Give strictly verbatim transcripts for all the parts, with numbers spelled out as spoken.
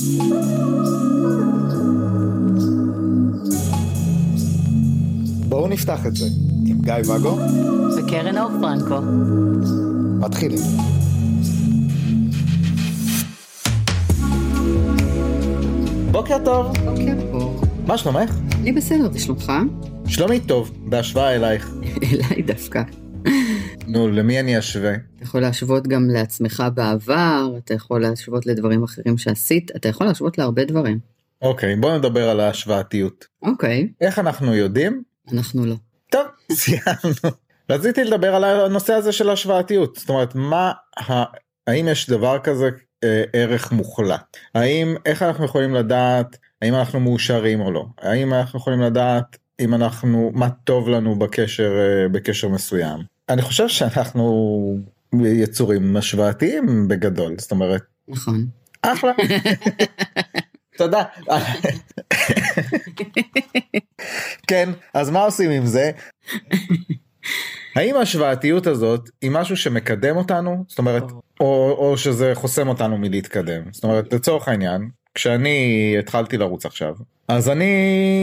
בואו נפתח את זה עם גיא וגו וקרן אור פרנקו. מתחילים. בוקר טוב. בוקר טוב. מה שלומך? אני בסדר, זה שלומך? שלומי טוב, בהשוואה אלייך. אליי דווקא. נו, למי אני אשווה? אתה יכול להשוות גם לעצמך בעבר, אתה יכול להשוות לדברים אחרים שעשית, אתה יכול להשוות להרבה דברים. אוקיי, בואו נדבר על ההשוואתיות. אוקיי. איך אנחנו יודעים? אנחנו לא. טוב, סיימנו. רציתי לדבר על הנושא הזה של ההשוואתיות. זאת אומרת, מה, האם יש דבר כזה אה, ערך מוחלט? האם, איך אנחנו יכולים לדעת, האם אנחנו מאושרים או לא? האם אנחנו יכולים לדעת אם אנחנו, מה טוב לנו בקשר, אה, בקשר מסוים? אני חושב שאנחנו יצורים השוואתיים בגדול, זאת אומרת. נכון. אחלה. תודה. כן, אז מה עושים עם זה? האם ההשוואתיות הזאת היא משהו שמקדם אותנו? זאת אומרת, או, או שזה חוסם אותנו מלהתקדם? זאת אומרת, לצורך העניין, כשאני התחלתי לרוץ עכשיו, אז אני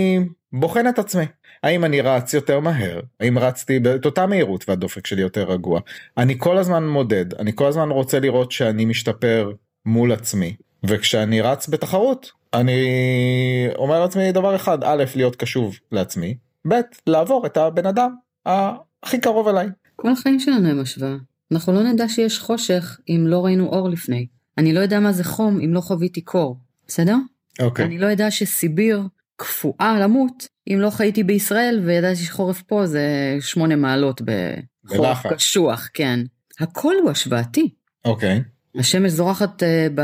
בוחן את עצמי. האם אני רץ יותר מהר? האם רצתי את אותה מהירות והדופק שלי יותר רגוע? אני כל הזמן מודד, אני כל הזמן רוצה לראות שאני משתפר מול עצמי. וכשאני רץ בתחרות, אני אומר לעצמי דבר אחד, א', להיות קשוב לעצמי, ב', לעבור את הבן אדם הכי קרוב אליי. כל החיים שלנו הם השוואה. אנחנו לא נדע שיש חושך אם לא ראינו אור לפני. אני לא יודע מה זה חום אם לא חוויתי קור. בסדר? אוקיי. אני לא יודע שסיביר קפואה למות אם לא חייתי בישראל וידעתי שחורף פה זה שמונה מעלות בחורף קשוח, כן. הכל הוא השוואתי. אוקיי. השמש זורחת uh,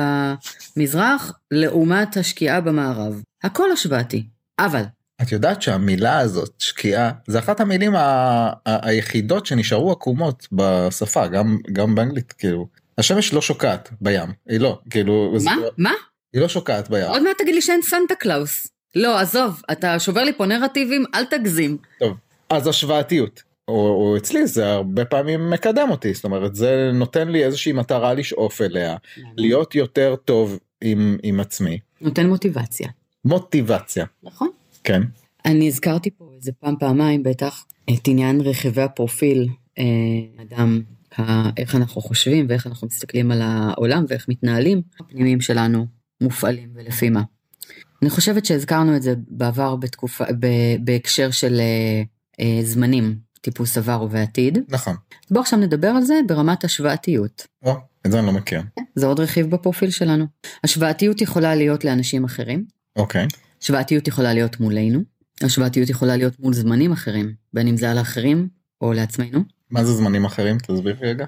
במזרח לעומת השקיעה במערב. הכל השוואתי. אבל את יודעת שהמילה הזאת, שקיעה, זה אחת המילים ה- ה- היחידות שנשארו עקומות בשפה, גם, גם באנגלית, כאילו. השמש לא שוקעת בים, היא לא, כאילו. מה? זה, מה? היא לא שוקעת בים. עוד מעט תגיד לי שאין סנטה קלאוס. לא, עזוב, אתה שובר לי פה נרטיבים, אל תגזים. טוב, אז השוואתיות, או, או אצלי זה הרבה פעמים מקדם אותי, זאת אומרת, זה נותן לי איזושהי מטרה לשאוף אליה, להיות יותר טוב עם, עם עצמי. נותן מוטיבציה. מוטיבציה. נכון. כן. אני הזכרתי פה איזה פעם פעמיים בטח את עניין רכיבי הפרופיל, אה, אדם, איך אנחנו חושבים ואיך אנחנו מסתכלים על העולם ואיך מתנהלים, הפנימיים שלנו מופעלים ולפי מה. אני חושבת שהזכרנו את זה בעבר בתקופה, בהקשר של אה, אה, זמנים, טיפוס עבר ובעתיד. נכון. בוא עכשיו נדבר על זה ברמת השוואתיות. או, את זה אני לא מכיר. זה עוד רכיב בפרופיל שלנו. השוואתיות יכולה להיות לאנשים אחרים. אוקיי. השוואתיות יכולה להיות מולנו. השוואתיות יכולה להיות מול זמנים אחרים, בין אם זה על האחרים או לעצמנו. מה זה זמנים אחרים? תסביר רגע.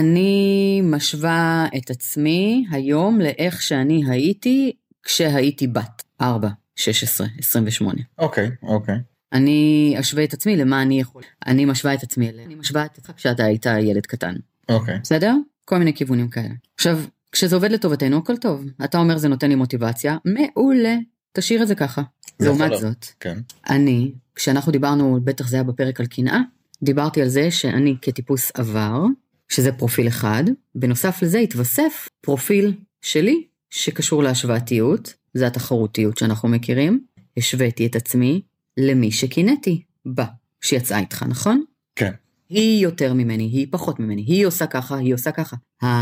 אני משווה את עצמי היום לאיך שאני הייתי כשהייתי בת ארבע, שש עשרה, עשרים ושמונה. אוקיי, אוקיי. אני אשווה את עצמי למה אני יכול. אני משווה את עצמי אליי. אני משווה את עצמך כשאתה היית ילד קטן. אוקיי. בסדר? כל מיני כיוונים כאלה. עכשיו, כשזה עובד לטובתנו, הכל טוב. אתה אומר זה נותן לי מוטיבציה, מעולה. תשאיר את זה ככה. לעומת זאת, כן. אני, כשאנחנו דיברנו, בטח זה היה בפרק על קנאה, דיברתי על זה שאני כטיפוס עבר, שזה פרופיל אחד, בנוסף לזה התווסף פרופיל שלי, שקשור להשוואתיות, זה התחרותיות שאנחנו מכירים, השוויתי את עצמי למי שקינאתי בה, שיצאה איתך, נכון? כן. היא יותר ממני, היא פחות ממני, היא עושה ככה, היא עושה ככה.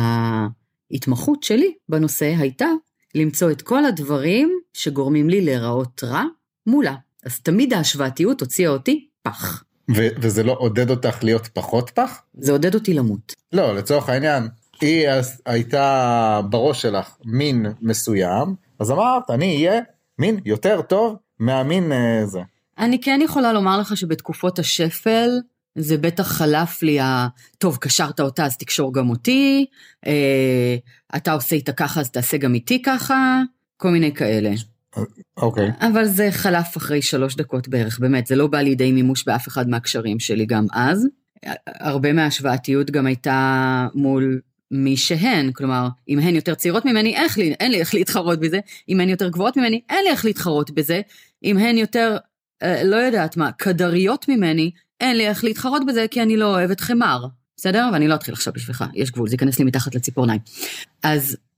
ההתמחות שלי בנושא הייתה למצוא את כל הדברים שגורמים לי להיראות רע מולה. אז תמיד ההשוואתיות הוציאה אותי פח. ו- וזה לא עודד אותך להיות פחות פח? זה עודד אותי למות. לא, לצורך העניין, היא הייתה בראש שלך מין מסוים, אז אמרת, אני אהיה מין יותר טוב מהמין uh, זה. אני כן יכולה לומר לך שבתקופות השפל, זה בטח חלף לי, ה... טוב, קשרת אותה, אז תקשור גם אותי, אה, אתה עושה איתה ככה, אז תעשה גם איתי ככה, כל מיני כאלה. אוקיי. Okay. אבל זה חלף אחרי שלוש דקות בערך, באמת, זה לא בא לידי מימוש באף אחד מהקשרים שלי גם אז. הרבה מההשוואתיות גם הייתה מול מי שהן, כלומר, אם הן יותר צעירות ממני, איך לי, אין לי איך להתחרות בזה, אם הן יותר גבוהות ממני, אין לי איך להתחרות בזה, אם הן יותר, אה, לא יודעת מה, קדריות ממני, אין לי איך להתחרות בזה, כי אני לא אוהבת חמר, בסדר? ואני לא אתחיל עכשיו בשבילך, יש גבול, זה ייכנס לי מתחת לציפורניים. אז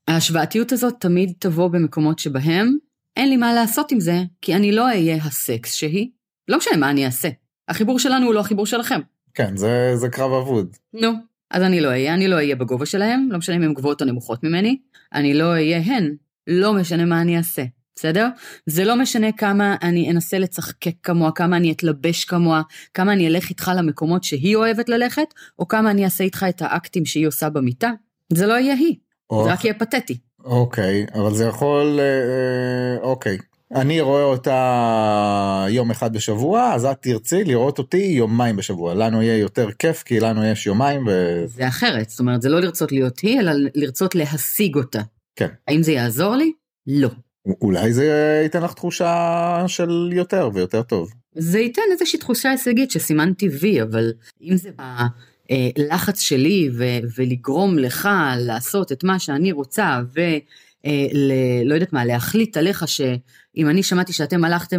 ההשוואתיות הזאת תמיד תבוא במקומות שבהם אין לי מה לעשות עם זה, כי אני לא אהיה הסקס שהיא. לא משנה מה אני אעשה. החיבור שלנו הוא לא החיבור שלכם. כן, זה, זה קרב אבוד. נו, אז אני לא אהיה, אני לא אהיה בגובה שלהם, לא משנה אם הם גבוהות או נמוכות ממני, אני לא אהיה הן, לא משנה מה אני אעשה. בסדר? זה לא משנה כמה אני אנסה לצחקק כמוה, כמה אני אתלבש כמוה, כמה אני אלך איתך למקומות שהיא אוהבת ללכת, או כמה אני אעשה איתך את האקטים שהיא עושה במיטה. זה לא יהיה היא, או... זה רק יהיה פתטי. אוקיי, אבל זה יכול, אוקיי. אני רואה אותה יום אחד בשבוע, אז את תרצי לראות אותי יומיים בשבוע. לנו יהיה יותר כיף, כי לנו יש יומיים ו... זה אחרת, זאת אומרת, זה לא לרצות להיות היא, אלא לרצות להשיג אותה. כן. האם זה יעזור לי? לא. אולי זה ייתן לך תחושה של יותר ויותר טוב. זה ייתן איזושהי תחושה הישגית שסימנתי וי, אבל אם זה בלחץ שלי ו- ולגרום לך לעשות את מה שאני רוצה, ולא יודעת מה, להחליט עליך שאם אני שמעתי שאתם הלכתם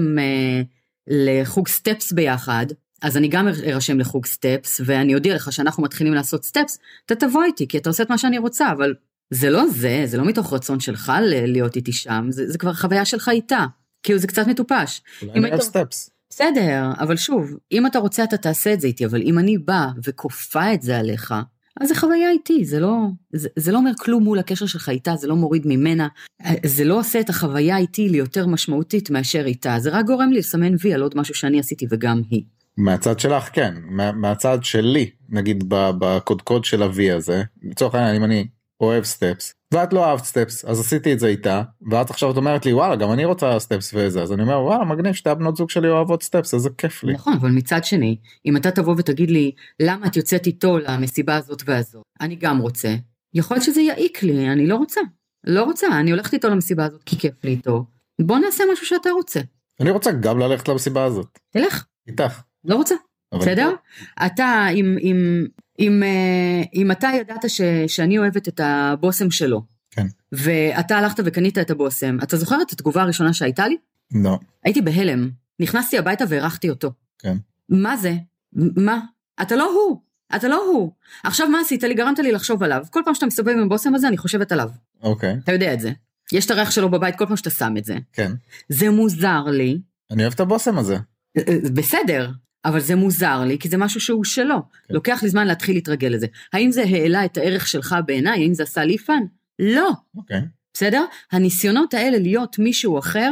לחוג סטפס ביחד, אז אני גם ארשם לחוג סטפס, ואני אודיע לך שאנחנו מתחילים לעשות סטפס, אתה תבוא איתי, כי אתה עושה את מה שאני רוצה, אבל... זה לא זה, זה לא מתוך רצון שלך להיות איתי שם, זה, זה כבר חוויה שלך איתה, כי זה קצת מטופש. אולי אני אוהב סטפס. בסדר, אבל שוב, אם אתה רוצה אתה תעשה את זה איתי, אבל אם אני באה וכופה את זה עליך, אז זה חוויה איתי, זה לא, זה, זה לא אומר כלום מול הקשר שלך איתה, זה לא מוריד ממנה, זה לא עושה את החוויה איתי ליותר משמעותית מאשר איתה, זה רק גורם לי לסמן וי על עוד משהו שאני עשיתי וגם היא. מהצד שלך כן, מה, מהצד שלי, נגיד בקודקוד של הוי הזה, לצורך העניין אם אני אוהב סטפס, ואת לא אהבת סטפס, אז עשיתי את זה איתה, ואת עכשיו את אומרת לי, וואלה, גם אני רוצה סטפס וזה, אז אני אומר, וואלה, מגניב, שתי הבנות זוג שלי אוהבות סטפס, איזה כיף לי. נכון, אבל מצד שני, אם אתה תבוא ותגיד לי, למה את יוצאת איתו למסיבה הזאת והזאת, אני גם רוצה, יכול להיות שזה יעיק לי, אני לא רוצה, לא רוצה, אני הולכת איתו למסיבה הזאת, כי כיף לי איתו, בוא נעשה משהו שאתה רוצה. אני רוצה גם ללכת למסיבה הזאת. תלך. איתך. לא רוצה, בסדר? אתה, אם, אם, אם, אם אתה ידעת ש, שאני אוהבת את הבוסם שלו, כן. ואתה הלכת וקנית את הבוסם, אתה זוכר את התגובה הראשונה שהייתה לי? לא. הייתי בהלם, נכנסתי הביתה והרחתי אותו. כן. מה זה? מה? אתה לא הוא, אתה לא הוא. עכשיו מה עשית לי? גרמת לי לחשוב עליו. כל פעם שאתה מסתובב עם הבוסם הזה, אני חושבת עליו. אוקיי. אתה יודע את זה. יש את הריח שלו בבית כל פעם שאתה שם את זה. כן. זה מוזר לי. אני אוהב את הבוסם הזה. בסדר. אבל זה מוזר לי, כי זה משהו שהוא שלו. כן. לוקח לי זמן להתחיל להתרגל לזה. האם זה העלה את הערך שלך בעיניי? האם זה עשה לי פן? לא. אוקיי. בסדר? הניסיונות האלה להיות מישהו אחר,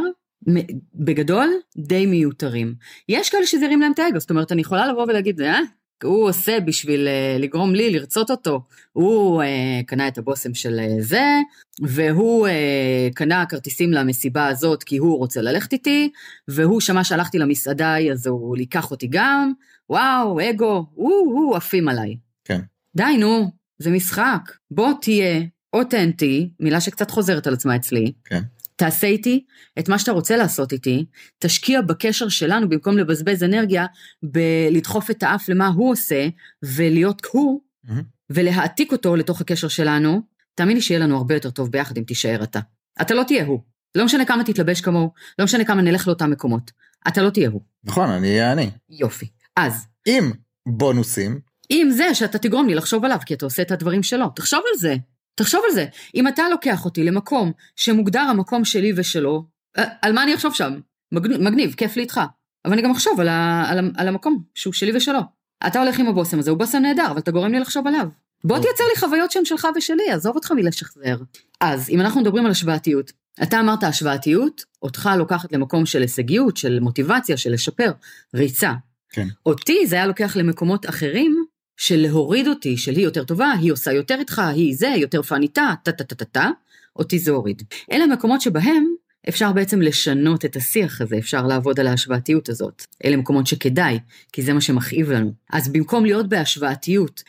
בגדול, די מיותרים. יש כאלה שזה ירים להם את האגו, זאת אומרת, אני יכולה לבוא ולהגיד, אה? הוא עושה בשביל uh, לגרום לי לרצות אותו, הוא uh, קנה את הבוסם של uh, זה, והוא uh, קנה כרטיסים למסיבה הזאת, כי הוא רוצה ללכת איתי, והוא שמע שהלכתי למסעדה, אז הוא ליקח אותי גם, וואו, אגו, הוא, הוא עפים עליי. כן. די, נו, זה משחק, בוא תהיה אותנטי, מילה שקצת חוזרת על עצמה אצלי, כן. תעשה איתי את מה שאתה רוצה לעשות איתי, תשקיע בקשר שלנו, במקום לבזבז אנרגיה, בלדחוף את האף למה הוא עושה, ולהיות הוא, mm-hmm. ולהעתיק אותו לתוך הקשר שלנו, תאמין לי שיהיה לנו הרבה יותר טוב ביחד אם תישאר אתה. אתה לא תהיה הוא. לא משנה כמה תתלבש כמוהו, לא משנה כמה נלך לאותם מקומות. אתה לא תהיה הוא. נכון, אני אהיה אני. יופי. אז. עם בונוסים. עם זה שאתה תגרום לי לחשוב עליו, כי אתה עושה את הדברים שלו. תחשוב על זה. תחשוב על זה, אם אתה לוקח אותי למקום שמוגדר המקום שלי ושלו, על מה אני אחשוב שם? מגניב, מגניב, כיף לי איתך. אבל אני גם אחשוב על, ה, על, ה, על המקום שהוא שלי ושלו. אתה הולך עם הבוסם הזה, הוא בוסם נהדר, אבל אתה גורם לי לחשוב עליו. בוא תייצר לי חוויות שהן שלך ושלי, עזוב אותך מלשחזר. אז אם אנחנו מדברים על השוואתיות, אתה אמרת השוואתיות, אותך לוקחת למקום של הישגיות, של מוטיבציה, של לשפר, ריצה. כן. אותי זה היה לוקח למקומות אחרים, של להוריד אותי, של היא יותר טובה, היא עושה יותר איתך, היא זה, יותר פניתה, טה-טה-טה-טה, אותי זה הוריד. אלה מקומות שבהם אפשר בעצם לשנות את השיח הזה, אפשר לעבוד על ההשוואתיות הזאת. אלה מקומות שכדאי, כי זה מה שמכאיב לנו. אז במקום להיות בהשוואתיות,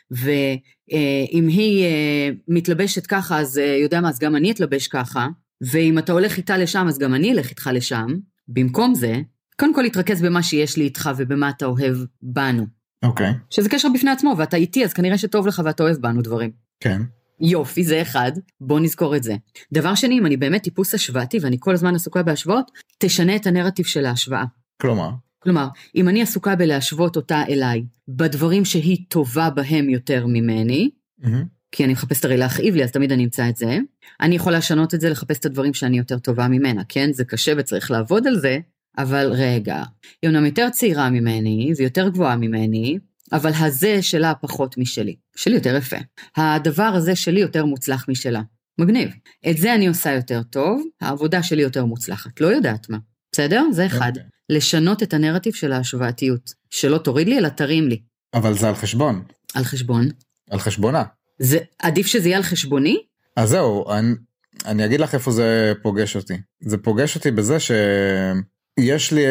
ואם היא מתלבשת ככה, אז יודע מה, אז גם אני אתלבש ככה, ואם אתה הולך איתה לשם, אז גם אני אלך איתך לשם, במקום זה, קודם כל להתרכז במה שיש לי איתך, ובמה אתה אוהב בנו. אוקיי. Okay. שזה קשר בפני עצמו, ואתה איתי, אז כנראה שטוב לך ואתה אוהב בנו דברים. כן. יופי, זה אחד, בוא נזכור את זה. דבר שני, אם אני באמת טיפוס השוואתי, ואני כל הזמן עסוקה בהשוואות, תשנה את הנרטיב של ההשוואה. כלומר? כלומר, אם אני עסוקה בלהשוות אותה אליי, בדברים שהיא טובה בהם יותר ממני, mm-hmm. כי אני מחפשת הרי להכאיב לי, אז תמיד אני אמצא את זה. אני יכולה לשנות את זה, לחפש את הדברים שאני יותר טובה ממנה, כן? זה קשה וצריך לעבוד על זה, אבל רגע, היא אומנם יותר צעירה ממני, ויותר גבוהה ממני, אבל הזה שלה פחות משלי. שלי יותר יפה. הדבר הזה שלי יותר מוצלח משלה. מגניב. את זה אני עושה יותר טוב, העבודה שלי יותר מוצלחת. לא יודעת מה. בסדר? זה אחד. Okay. לשנות את הנרטיב של ההשוואתיות. שלא תוריד לי, אלא תרים לי. אבל זה על חשבון. על חשבון? על חשבונה. זה עדיף שזה יהיה על חשבוני? אז זהו, אני, אני אגיד לך איפה זה פוגש אותי. זה פוגש אותי בזה שיש לי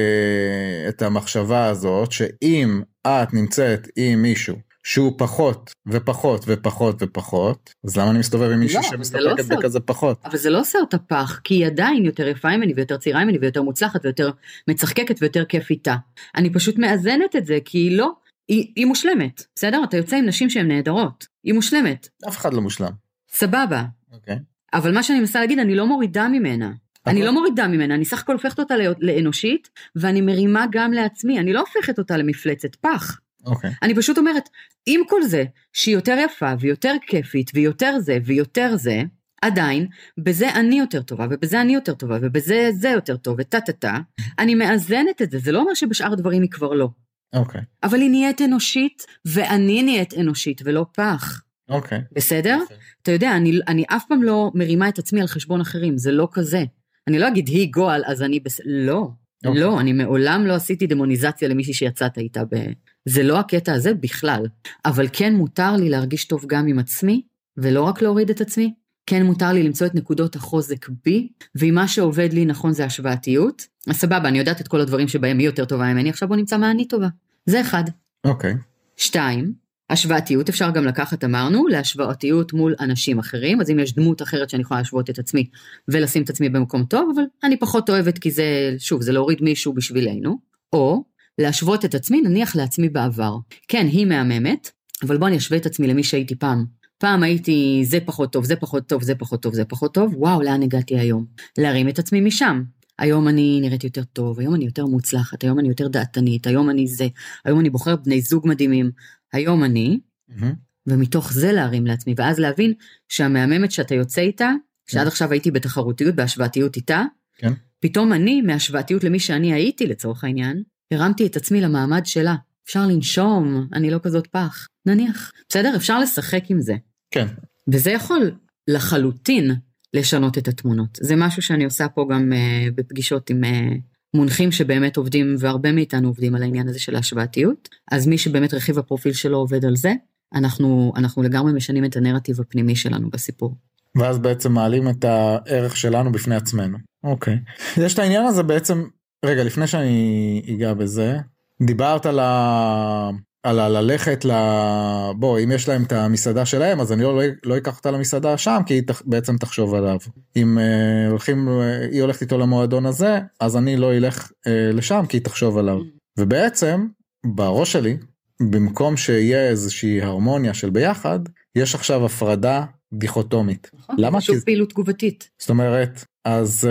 את המחשבה הזאת, שאם את נמצאת עם מישהו, שהוא פחות ופחות ופחות ופחות, אז למה אני מסתובב עם מישהו לא, שמסתפקת לא בכזה פחות? אבל זה לא עושה אותה פח, כי היא עדיין יותר יפה ממני ויותר צעירה ממני ויותר מוצלחת ויותר מצחקקת ויותר כיף איתה. אני פשוט מאזנת את זה, כי היא לא, היא, היא מושלמת, בסדר? אתה יוצא עם נשים שהן נהדרות, היא מושלמת. אף אחד לא מושלם. סבבה. אוקיי. אבל מה שאני מנסה להגיד, אני לא מורידה ממנה. אני לא מורידה ממנה, אני סך הכל הופכת אותה לאנושית, ואני מרימה גם לעצמי, אני לא הופכת אותה למפלצת פח. Okay. אני פשוט אומרת, עם כל זה, שהיא יותר יפה ויותר כיפית ויותר זה ויותר זה, עדיין, בזה אני יותר טובה ובזה אני יותר טובה ובזה זה יותר טוב וטה-טה-טה, אני מאזנת את זה, זה לא אומר שבשאר דברים היא כבר לא. אוקיי. Okay. אבל היא נהיית אנושית ואני נהיית אנושית ולא פח. אוקיי. Okay. בסדר? Okay. אתה יודע, אני, אני אף פעם לא מרימה את עצמי על חשבון אחרים, זה לא כזה. אני לא אגיד היא גועל, אז אני בס... לא. Okay. לא, אני מעולם לא עשיתי דמוניזציה למישהי שיצאת איתה ב... זה לא הקטע הזה בכלל, אבל כן מותר לי להרגיש טוב גם עם עצמי, ולא רק להוריד את עצמי, כן מותר לי למצוא את נקודות החוזק בי, ואם מה שעובד לי נכון זה השוואתיות, אז סבבה, אני יודעת את כל הדברים שבהם היא יותר טובה ממני, עכשיו בוא נמצא מה אני טובה. זה אחד. אוקיי. Okay. שתיים, השוואתיות אפשר גם לקחת, אמרנו, להשוואתיות מול אנשים אחרים, אז אם יש דמות אחרת שאני יכולה להשוות את עצמי, ולשים את עצמי במקום טוב, אבל אני פחות אוהבת כי זה, שוב, זה להוריד מישהו בשבילנו, או להשוות את עצמי, נניח לעצמי בעבר. כן, היא מהממת, אבל בוא אני אשווה את עצמי למי שהייתי פעם. פעם הייתי זה פחות טוב, זה פחות טוב, זה פחות טוב, זה פחות טוב, וואו, לאן הגעתי היום? להרים את עצמי משם. היום אני נראית יותר טוב, היום אני יותר מוצלחת, היום אני יותר דעתנית, היום אני זה, היום אני בוחר בני זוג מדהימים, היום אני, mm-hmm. ומתוך זה להרים לעצמי, ואז להבין שהמהממת שאתה יוצא איתה, שעד mm-hmm. עכשיו הייתי בתחרותיות, בהשוואתיות איתה, כן. פתאום אני, מהשוואתיות למי שאני הייתי לצורך העניין, הרמתי את עצמי למעמד שלה. אפשר לנשום, אני לא כזאת פח. נניח. בסדר? אפשר לשחק עם זה. כן. וזה יכול לחלוטין לשנות את התמונות. זה משהו שאני עושה פה גם uh, בפגישות עם uh, מונחים שבאמת עובדים, והרבה מאיתנו עובדים על העניין הזה של ההשוואתיות. אז מי שבאמת רכיב הפרופיל שלו עובד על זה, אנחנו, אנחנו לגמרי משנים את הנרטיב הפנימי שלנו בסיפור. ואז בעצם מעלים את הערך שלנו בפני עצמנו. אוקיי. יש את העניין הזה בעצם, רגע, לפני שאני אגע בזה, דיברת על ה... על הללכת ל... בוא, אם יש להם את המסעדה שלהם, אז אני לא, לא אקח אותה למסעדה שם, כי היא תח... בעצם תחשוב עליו. אם uh, הולכים, uh, היא הולכת איתו למועדון הזה, אז אני לא אלך uh, לשם, כי היא תחשוב עליו. ובעצם, בראש שלי, במקום שיהיה איזושהי הרמוניה של ביחד, יש עכשיו הפרדה דיכוטומית. נכון, למה? שוב כי... פעילות תגובתית. זאת אומרת, אז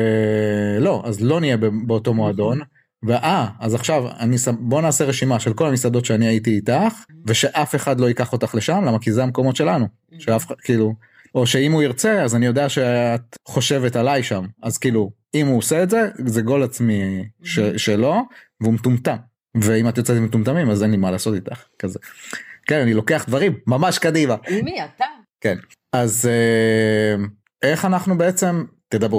uh, לא, אז לא נהיה באותו מועדון, ואה, אז עכשיו אני, בוא נעשה רשימה של כל המסעדות שאני הייתי איתך, ושאף אחד לא ייקח אותך לשם, למה? כי זה המקומות שלנו, שאף אחד, כאילו, או שאם הוא ירצה, אז אני יודע שאת חושבת עליי שם, אז כאילו, אם הוא עושה את זה, זה גול עצמי ש, שלו, והוא מטומטם, ואם את יוצאת עם מטומטמים, אז אין לי מה לעשות איתך, כזה. כן, אני לוקח דברים, ממש קדימה. מי אתה? כן, אז איך אנחנו בעצם, תדברו,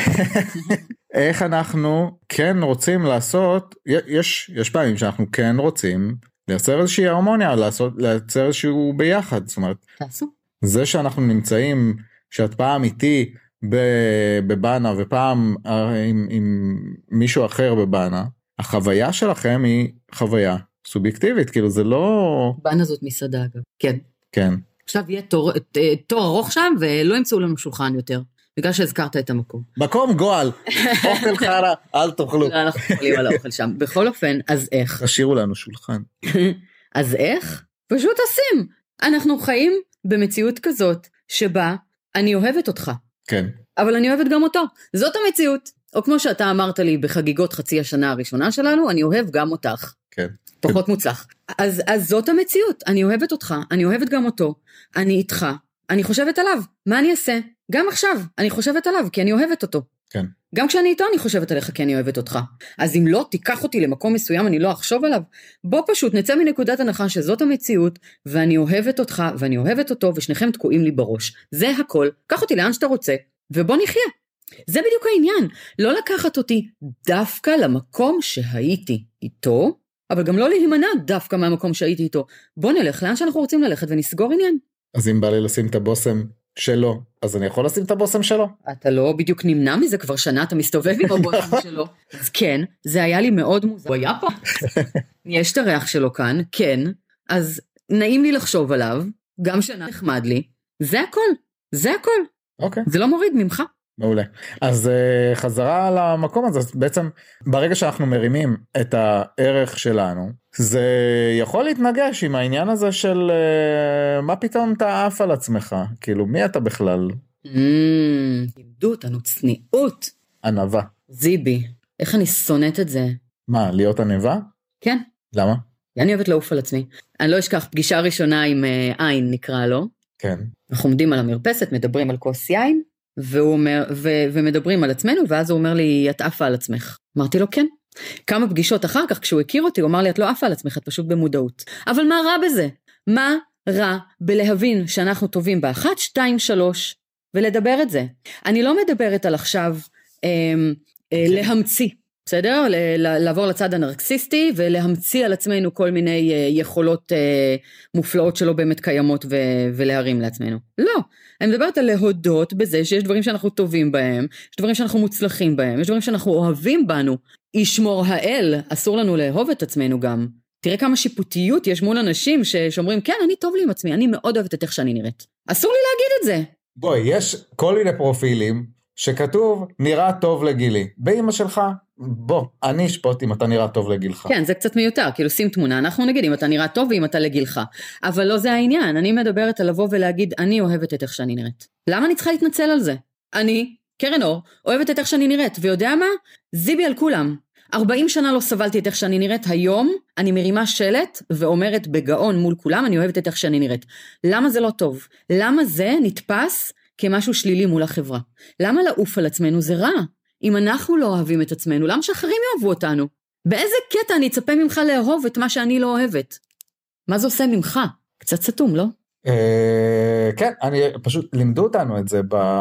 איך אנחנו כן רוצים לעשות, יש, יש פעמים שאנחנו כן רוצים לייצר איזושהי הרמוניה, לעשות, לייצר איזשהו ביחד, זאת אומרת, תעשו. זה שאנחנו נמצאים, שאת פעם איתי בבנה, ופעם עם, עם מישהו אחר בבנה, החוויה שלכם היא חוויה סובייקטיבית, כאילו זה לא... בנה זאת מסעדה אגב, כן. כן. עכשיו יהיה תור, תור ארוך שם, ולא ימצאו לנו שולחן יותר. בגלל שהזכרת את המקום. מקום גועל, אוכל חרה, אל תאכלו. אנחנו אוכלים על האוכל שם. בכל אופן, אז איך? תשאירו לנו שולחן. אז איך? פשוט עושים. אנחנו חיים במציאות כזאת, שבה אני אוהבת אותך. כן. אבל אני אוהבת גם אותו. זאת המציאות. או כמו שאתה אמרת לי בחגיגות חצי השנה הראשונה שלנו, אני אוהב גם אותך. כן. פחות מוצלח. אז, אז זאת המציאות, אני אוהבת אותך, אני אוהבת גם אותו, אני איתך, אני חושבת עליו, מה אני אעשה? גם עכשיו, אני חושבת עליו, כי אני אוהבת אותו. כן. גם כשאני איתו אני חושבת עליך כי אני אוהבת אותך. אז אם לא תיקח אותי למקום מסוים אני לא אחשוב עליו, בוא פשוט נצא מנקודת הנחה שזאת המציאות, ואני אוהבת אותך ואני אוהבת אותו, ושניכם תקועים לי בראש. זה הכל, קח אותי לאן שאתה רוצה, ובוא נחיה. זה בדיוק העניין, לא לקחת אותי דווקא למקום שהייתי איתו, אבל גם לא להימנע דווקא מהמקום שהייתי איתו. בוא נלך לאן שאנחנו רוצים ללכת ונסגור עניין. אז אם בא לי לשים את הבוסם שלו, אז אני יכול לשים את הבוסם שלו? אתה לא בדיוק נמנע מזה, כבר שנה אתה מסתובב עם הבוסם שלו. אז כן, זה היה לי מאוד מוזר. הוא היה פה. יש את הריח שלו כאן, כן, אז נעים לי לחשוב עליו, גם שנה נחמד לי, זה הכל, זה הכל. אוקיי. זה לא מוריד ממך. מעולה. אז uh, חזרה למקום הזה, אז בעצם ברגע שאנחנו מרימים את הערך שלנו, זה יכול להתנגש עם העניין הזה של uh, מה פתאום אתה עף על עצמך, כאילו מי אתה בכלל? לימדו אותנו צניעות. ענווה. זיבי, איך אני שונאת את זה. מה, להיות ענווה? כן. למה? אני אוהבת לעוף על עצמי. אני לא אשכח פגישה ראשונה עם uh, עין נקרא לו. כן. אנחנו עומדים על המרפסת, מדברים על כוס יין, והוא אומר, ו- ומדברים על עצמנו, ואז הוא אומר לי, את עפה על עצמך. אמרתי לו, כן. כמה פגישות אחר כך, כשהוא הכיר אותי, הוא אמר לי, את לא עפה על עצמך, את פשוט במודעות. אבל מה רע בזה? מה רע בלהבין שאנחנו טובים באחת, שתיים, שלוש, ולדבר את זה? אני לא מדברת על עכשיו אה, אה, להמציא, בסדר? לעבור לצד הנרקסיסטי, ולהמציא על עצמנו כל מיני אה, יכולות אה, מופלאות שלא באמת קיימות ו- ולהרים לעצמנו. לא. אני מדברת על להודות בזה שיש דברים שאנחנו טובים בהם, יש דברים שאנחנו מוצלחים בהם, יש דברים שאנחנו אוהבים בנו. ישמור האל, אסור לנו לאהוב את עצמנו גם. תראה כמה שיפוטיות יש מול אנשים שאומרים, כן, אני טוב לי עם עצמי, אני מאוד אוהבת את איך שאני נראית. אסור לי להגיד את זה. בואי, יש כל מיני פרופילים שכתוב, נראה טוב לגילי. באמא שלך, בוא, אני אשפוט אם אתה נראה טוב לגילך. כן, זה קצת מיותר, כאילו שים תמונה, אנחנו נגיד אם אתה נראה טוב ואם אתה לגילך. אבל לא זה העניין, אני מדברת על לבוא ולהגיד, אני אוהבת את איך שאני נראית. למה אני צריכה להתנצל על זה? אני, קרן אור, אוהבת את איך שאני נראית, ויודע מה? זיבי על כולם. ארבעים שנה לא סבלתי את איך שאני נראית, היום אני מרימה שלט ואומרת בגאון מול כולם, אני אוהבת את איך שאני נראית. למה זה לא טוב? למה זה נתפס כמשהו שלילי מול החברה? למה לעוף על עצמנו זה רע? אם אנחנו לא אוהבים את עצמנו, למה שאחרים יאהבו אותנו? באיזה קטע אני אצפה ממך לאהוב את מה שאני לא אוהבת? מה זה עושה ממך? קצת סתום, לא? כן, אני פשוט לימדו אותנו את זה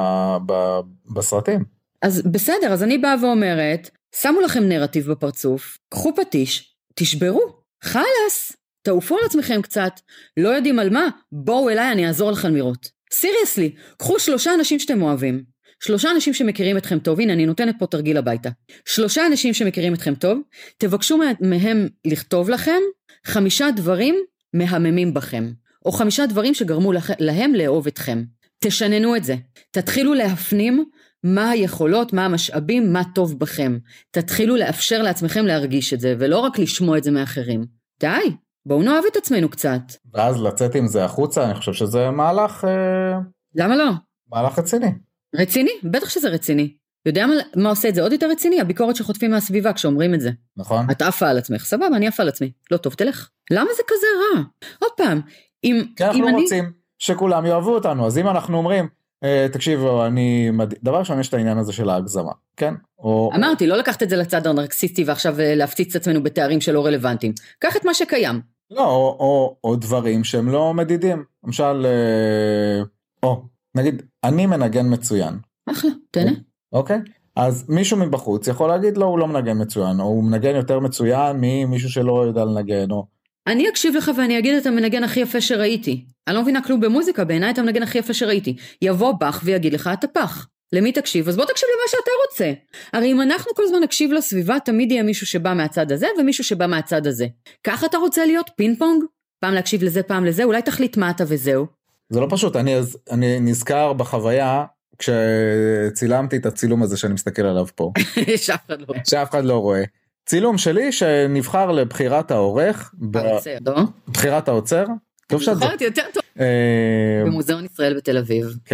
בסרטים. אז בסדר, אז אני באה ואומרת, שמו לכם נרטיב בפרצוף, קחו פטיש, תשברו, חלס, תעופו על עצמכם קצת, לא יודעים על מה, בואו אליי, אני אעזור לכם לראות. סיריוסלי, קחו שלושה אנשים שאתם אוהבים, שלושה אנשים שמכירים אתכם טוב, הנה אני נותנת פה תרגיל הביתה, שלושה אנשים שמכירים אתכם טוב, תבקשו מהם לכתוב לכם חמישה דברים מהממים בכם, או חמישה דברים שגרמו להם לאהוב אתכם. תשננו את זה, תתחילו להפנים מה היכולות, מה המשאבים, מה טוב בכם. תתחילו לאפשר לעצמכם להרגיש את זה, ולא רק לשמוע את זה מאחרים. די, בואו נאהב את עצמנו קצת. ואז לצאת עם זה החוצה, אני חושב שזה מהלך... אה... למה לא? מהלך רציני. רציני? בטח שזה רציני. יודע מה, מה עושה את זה עוד יותר רציני? הביקורת שחוטפים מהסביבה כשאומרים את זה. נכון. את עפה על עצמך, סבבה, אני עפה על עצמי. לא טוב, תלך. למה זה כזה רע? עוד פעם, אם... כי אנחנו אני... רוצים שכולם יאהבו אותנו, אז אם אנחנו אומרים, תקשיבו, אני... דבר ראשון יש את העניין הזה של ההגזמה, כן? או... אמרתי, לא לקחת את זה לצד הנרקסיסטי ועכשיו להפציץ את עצמנו בתארים שלא רלוונטיים. קח את מה שקיים. לא, או, או, או דברים שהם לא מדידים. למשל, או, נגיד, אני מנגן מצוין. אחלה, תהנה. אוקיי? אז מישהו מבחוץ יכול להגיד לו, הוא לא מנגן מצוין, או הוא מנגן יותר מצוין ממישהו שלא יודע לנגן, או... אני אקשיב לך ואני אגיד את המנגן הכי יפה שראיתי. אני לא מבינה כלום במוזיקה, בעיניי את המנגן הכי יפה שראיתי. יבוא בך ויגיד לך, אתה פח. למי תקשיב? אז בוא תקשיב למה שאתה רוצה. הרי אם אנחנו כל הזמן נקשיב לסביבה, תמיד יהיה מישהו שבא מהצד הזה, ומישהו שבא מהצד הזה. ככה אתה רוצה להיות פינג פונג? פעם להקשיב לזה, פעם לזה, אולי תחליט מה אתה וזהו. זה לא פשוט, אני, אני נזכר בחוויה, כשצילמתי את הצילום הזה שאני מסתכל עליו פה. שאף אחד לא רואה. שאף אחד לא רואה. צילום שלי שנבחר לבחירת העורך. העוצר, לא? בחירת העוצר. אני זוכרת יותר טוב. במוזיאון ישראל בתל אביב. כן.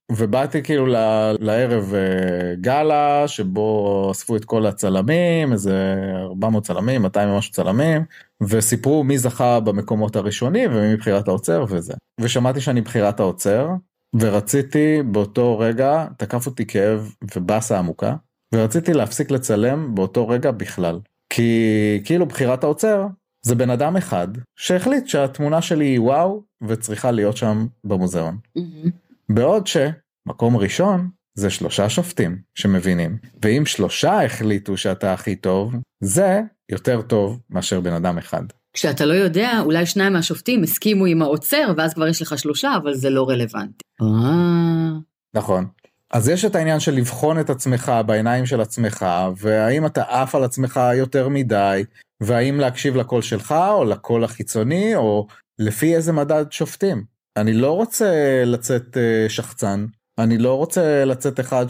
ובאתי כאילו לערב גלה, שבו אספו את כל הצלמים, איזה ארבע מאות צלמים, מאתיים ומשהו צלמים, וסיפרו מי זכה במקומות הראשונים, ומי בחירת האוצר וזה. ושמעתי שאני בחירת האוצר, ורציתי באותו רגע, תקף אותי כאב ובאסה עמוקה, ורציתי להפסיק לצלם באותו רגע בכלל. כי כאילו בחירת האוצר, זה בן אדם אחד, שהחליט שהתמונה שלי היא וואו, וצריכה להיות שם במוזיאון. Mm-hmm. בעוד שמקום ראשון, זה שלושה שופטים שמבינים. ואם שלושה החליטו שאתה הכי טוב, זה יותר טוב מאשר בן אדם אחד. כשאתה לא יודע, אולי שניים מהשופטים הסכימו עם האוצר, ואז כבר יש לך שלושה, אבל זה לא רלוונטי. נכון. אז יש את העניין של לבחון את עצמך בעיניים של עצמך, והאם אתה עף על עצמך יותר מדי, והאם להקשיב לקול שלך, או לקול החיצוני, או לפי איזה מדד שופטים. אני לא רוצה לצאת שחצן, אני לא רוצה לצאת אחד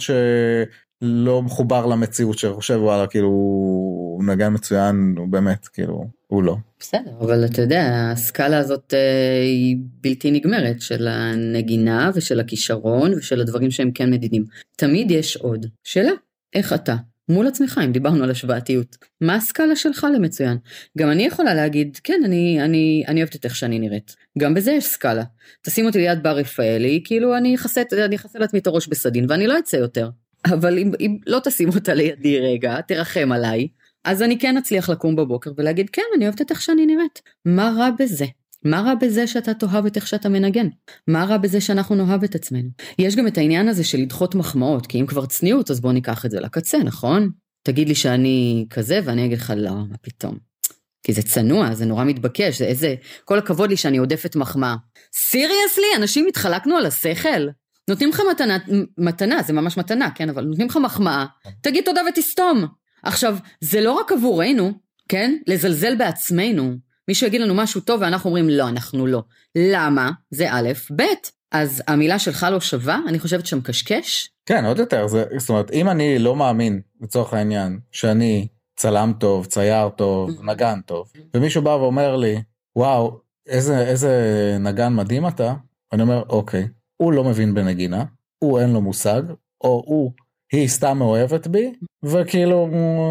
שלא מחובר למציאות, שחושב וואלה, כאילו, הוא נגן מצוין, הוא באמת, כאילו, הוא לא. בסדר, אבל אתה יודע, הסקאלה הזאת אה, היא בלתי נגמרת, של הנגינה ושל הכישרון ושל הדברים שהם כן מדידים. תמיד יש עוד. שאלה, איך אתה? מול עצמך, אם דיברנו על השוואתיות. מה הסקאלה שלך למצוין? גם אני יכולה להגיד, כן, אני, אני, אני אוהבת את איך שאני נראית. גם בזה יש סקאלה. תשים אותי ליד בר רפאלי, כאילו אני חסה, אני חסה לעצמי את הראש בסדין, ואני לא אצא יותר. אבל אם, אם לא תשים אותה לידי רגע, תרחם עליי, אז אני כן אצליח לקום בבוקר ולהגיד, כן, אני אוהבת את איך שאני נראית. מה רע בזה? מה רע בזה שאתה תאהב את איך שאתה מנגן? מה רע בזה שאנחנו נאהב את עצמנו? יש גם את העניין הזה של לדחות מחמאות, כי אם כבר צניעות, אז בוא ניקח את זה לקצה, נכון? תגיד לי שאני כזה, ואני אגיד לך, לא, מה פתאום? כי זה צנוע, זה נורא מתבקש, זה איזה, כל הכבוד לי שאני עודפת מחמאה. סיריוסלי, אנשים התחלקנו על השכל? נותנים לך מתנה, מתנה, זה ממש מתנה, כן, אבל נותנים לך מחמאה, תגיד תודה ותסתום. עכשיו, זה לא רק עבורנו, כן? לזלזל בעצמנו. מישהו יגיד לנו משהו טוב ואנחנו אומרים לא, אנחנו לא. למה? זה א', ב', אז המילה שלך לא שווה, אני חושבת שם קשקש. כן, עוד יותר, זה, זאת אומרת, אם אני לא מאמין, לצורך העניין, שאני צלם טוב, צייר טוב, נגן טוב, ומישהו בא ואומר לי, וואו, איזה, איזה נגן מדהים אתה, אני אומר, אוקיי, הוא לא מבין בנגינה, הוא אין לו מושג, או הוא, היא סתם מאוהבת בי, וכאילו,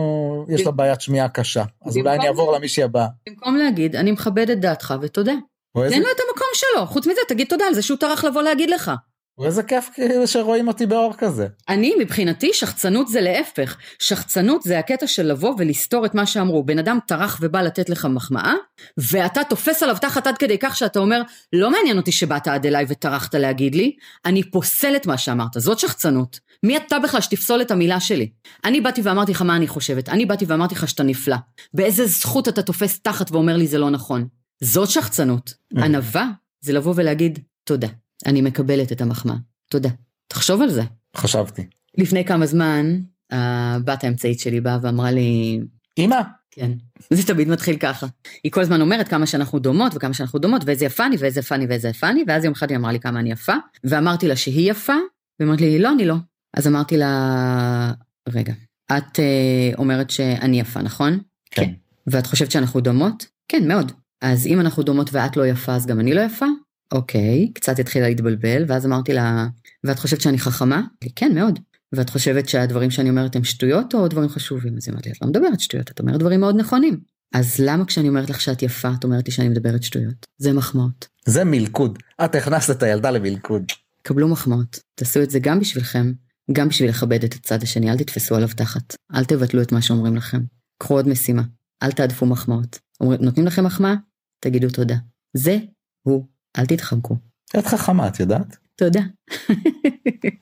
יש לה בעיית שמיעה קשה, אז אולי אני אעבור למישהי הבאה. במקום להגיד, אני מכבד את דעתך ותודה. תן לו את המקום שלו, חוץ מזה, תגיד תודה על זה שהוא טרח לבוא להגיד לך. ואיזה כיף שרואים אותי באור כזה. אני, מבחינתי, שחצנות זה להפך. שחצנות זה הקטע של לבוא ולסתור את מה שאמרו. בן אדם טרח ובא לתת לך מחמאה, ואתה תופס עליו תחת עד כדי כך שאתה אומר, לא מעניין אותי שבאת עד אליי וטרחת להגיד לי, אני פוסל את מה שאמרת. זאת שחצנות. מי אתה בכלל שתפסול את המילה שלי? אני באתי ואמרתי לך מה אני חושבת. אני באתי ואמרתי לך שאתה נפלא. באיזה זכות אתה תופס תחת ואומר לי זה לא נכון. זאת שחצנות. ענווה זה לבוא ולהגיד תודה. אני מקבלת את המחמאה. תודה. תחשוב על זה. חשבתי. לפני כמה זמן, הבת האמצעית שלי באה ואמרה לי, אמא? כן. זה תמיד מתחיל ככה. היא כל הזמן אומרת כמה שאנחנו דומות וכמה שאנחנו דומות, ואיזה יפה אני ואיזה יפה אני ואיזה יפה אני, ואז יום אחד היא אמרה לי כמה אני יפה, ואמרתי לה שהיא יפה, ואמרת לי, לא, אני לא. אז אמרתי לה, רגע, את uh, אומרת שאני יפה, נכון? כן. כן. ואת חושבת שאנחנו דומות? כן, מאוד. אז אם אנחנו דומות ואת לא יפה, אז גם אני לא יפה? אוקיי, קצת התחילה להתבלבל, ואז אמרתי לה, ואת חושבת שאני חכמה? כן, מאוד. ואת חושבת שהדברים שאני אומרת הם שטויות או דברים חשובים? אז היא אמרת לי, את לא מדברת שטויות, את אומרת דברים מאוד נכונים. אז למה כשאני אומרת לך שאת יפה, את אומרת לי שאני מדברת שטויות? זה מחמאות. זה מלכוד. את הכנסת את הילדה למלכוד. קבלו מחמאות. תעשו את זה גם בשבילכם, גם בשביל לכבד את הצד השני. אל תתפסו עליו תחת. אל תבטלו את מה שאומרים לכם. קחו עוד משימה. אל תעדפו מחמאות. נותנים לכם מחמאה? תגידו תודה. זה הוא. אל תתחמקו. את חכמה, את יודעת? תודה.